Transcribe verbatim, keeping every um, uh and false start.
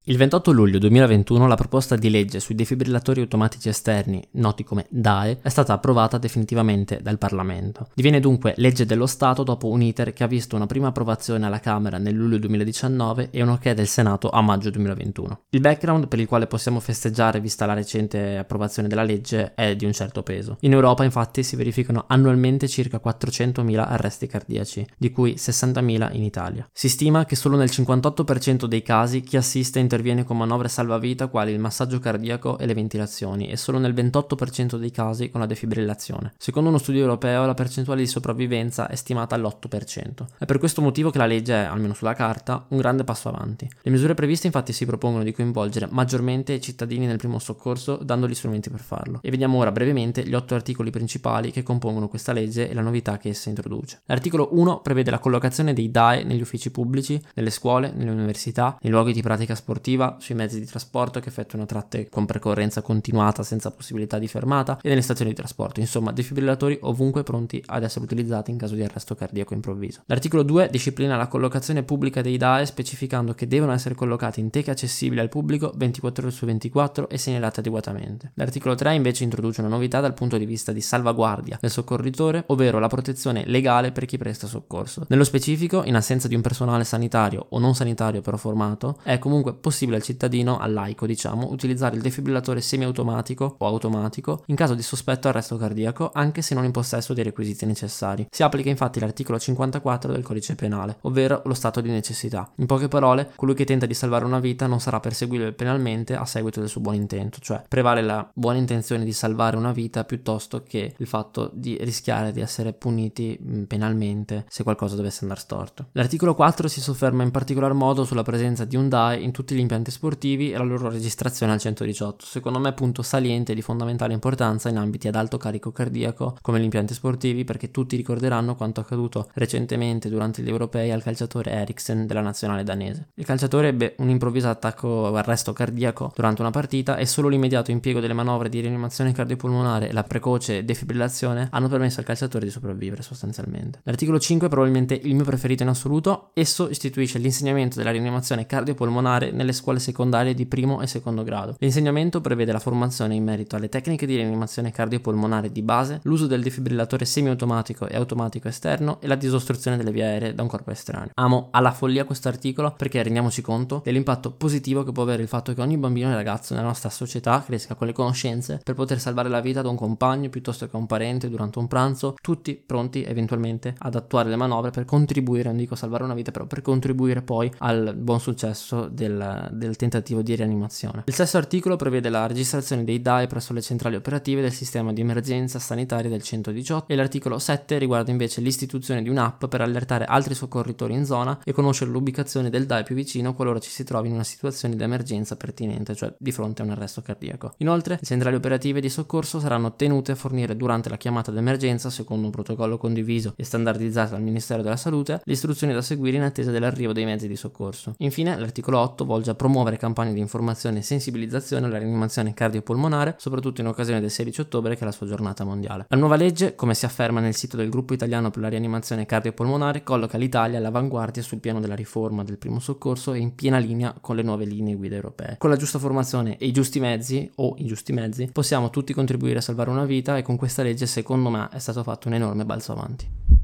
Il ventotto luglio duemilaventuno la proposta di legge sui defibrillatori automatici esterni, noti come D A E, è stata approvata definitivamente dal Parlamento. Diviene dunque legge dello Stato dopo un iter che ha visto una prima approvazione alla Camera nel luglio duemiladiciannove e un ok del Senato a maggio duemilaventuno. Il background per il quale possiamo festeggiare vista la recente approvazione della legge è di un certo peso. In Europa infatti si verificano annualmente circa quattrocentomila arresti cardiaci, di cui sessantamila in Italia. Si stima che solo nel cinquantotto per cento dei casi chi assiste interviene con manovre salvavita quali il massaggio cardiaco e le ventilazioni e solo nel ventotto per cento dei casi con la defibrillazione. Secondo uno studio europeo la percentuale di sopravvivenza è stimata all'otto per cento. È per questo motivo che la legge è, almeno sulla carta, un grande passo avanti. Le misure previste infatti si propongono di coinvolgere maggiormente i cittadini nel primo soccorso dando gli strumenti per farlo. E vediamo ora brevemente gli otto articoli principali che compongono questa legge e la novità che essa introduce. L'articolo uno prevede la collocazione dei D A E negli uffici pubblici, nelle scuole, nelle università, nei luoghi di pratica sportiva, sui mezzi di trasporto che effettuano tratte con percorrenza continuata senza possibilità di fermata e nelle stazioni di trasporto, insomma defibrillatori ovunque pronti ad essere utilizzati in caso di arresto cardiaco improvviso. L'articolo due disciplina la collocazione pubblica dei D A E specificando che devono essere collocati in teche accessibili al pubblico ventiquattro ore su ventiquattro e segnalate adeguatamente. L'articolo tre invece introduce una novità dal punto di vista di salvaguardia del soccorritore, ovvero la protezione legale per chi presta soccorso. Nello specifico, in assenza di un personale sanitario o non sanitario però formato, è comunque possibile al cittadino, al laico diciamo, utilizzare il defibrillatore semiautomatico o automatico in caso di sospetto arresto cardiaco anche se non in possesso dei requisiti necessari. Si applica infatti l'articolo cinquantaquattro del codice penale, ovvero lo stato di necessità. In poche parole, colui che tenta di salvare una vita non sarà perseguibile penalmente a seguito del suo buon intento, cioè prevale la buona intenzione di salvare una vita piuttosto che il fatto di rischiare di essere puniti penalmente se qualcosa dovesse andare storto. L'articolo quattro si sofferma in particolar modo sulla presenza di un D A E in tutti gli impianti sportivi e la loro registrazione al centodiciotto, secondo me punto saliente e di fondamentale importanza in ambiti ad alto carico cardiaco come gli impianti sportivi, perché tutti ricorderanno quanto accaduto recentemente durante gli europei al calciatore Eriksen della nazionale danese. Il calciatore ebbe un improvviso attacco o arresto cardiaco durante una partita e solo l'immediato impiego delle manovre di rianimazione cardiopolmonare e la precoce defibrillazione hanno permesso al calciatore di sopravvivere sostanzialmente. L'articolo cinque è probabilmente il mio preferito in assoluto. Esso istituisce l'insegnamento della rianimazione cardiopolmonare nelle scuole secondarie di primo e secondo grado. L'insegnamento prevede la formazione in merito alle tecniche di rianimazione cardiopolmonare di base, l'uso del defibrillatore semiautomatico e automatico esterno e la disostruzione delle vie aeree da un corpo estraneo. Amo alla follia questo articolo perché rendiamoci conto dell'impatto positivo che può avere il fatto che ogni bambino e ragazzo nella nostra società cresca con le conoscenze per poter salvare la vita ad un compagno piuttosto che a un parente durante un pranzo, tutti pronti eventualmente ad attuare le manovre per contribuire, non dico salvare una vita, però per contribuire poi al buon successo del, del tentativo di rianimazione. Il sesto articolo prevede la registrazione dei D A E presso le centrali operative del sistema di emergenza sanitaria del centodiciotto e l'articolo sette riguarda invece l'istituzione di un'app per allertare altri soccorritori in zona e conoscere l'ubicazione del D A E più vicino qualora ci si trovi in una situazione di emergenza pertinente, cioè di fronte a un arresto cardiaco. Inoltre, le centrali operative di soccorso saranno tenute a fornire durante la chiamata d'emergenza, secondo un protocollo condiviso e standardizzato dal Ministero della Salute, le istruzioni da seguire in attesa dell'arrivo dei mezzi di soccorso. Infine, l'articolo otto volge a promuovere campagne di informazione e sensibilizzazione alla rianimazione cardiopolmonare, soprattutto in occasione del sedici ottobre che è la sua giornata mondiale. La nuova legge, come si afferma nel sito del gruppo italiano per la rianimazione cardiopolmonare, colloca l'Italia all'avanguardia sul piano della riforma del primo soccorso e in piena linea con le nuove linee guida europee. Con la giusta formazione e i giusti mezzi, o i giusti mezzi, possiamo tutti contribuire a salvare una vita e con questa legge secondo me è stato fatto un enorme balzo avanti.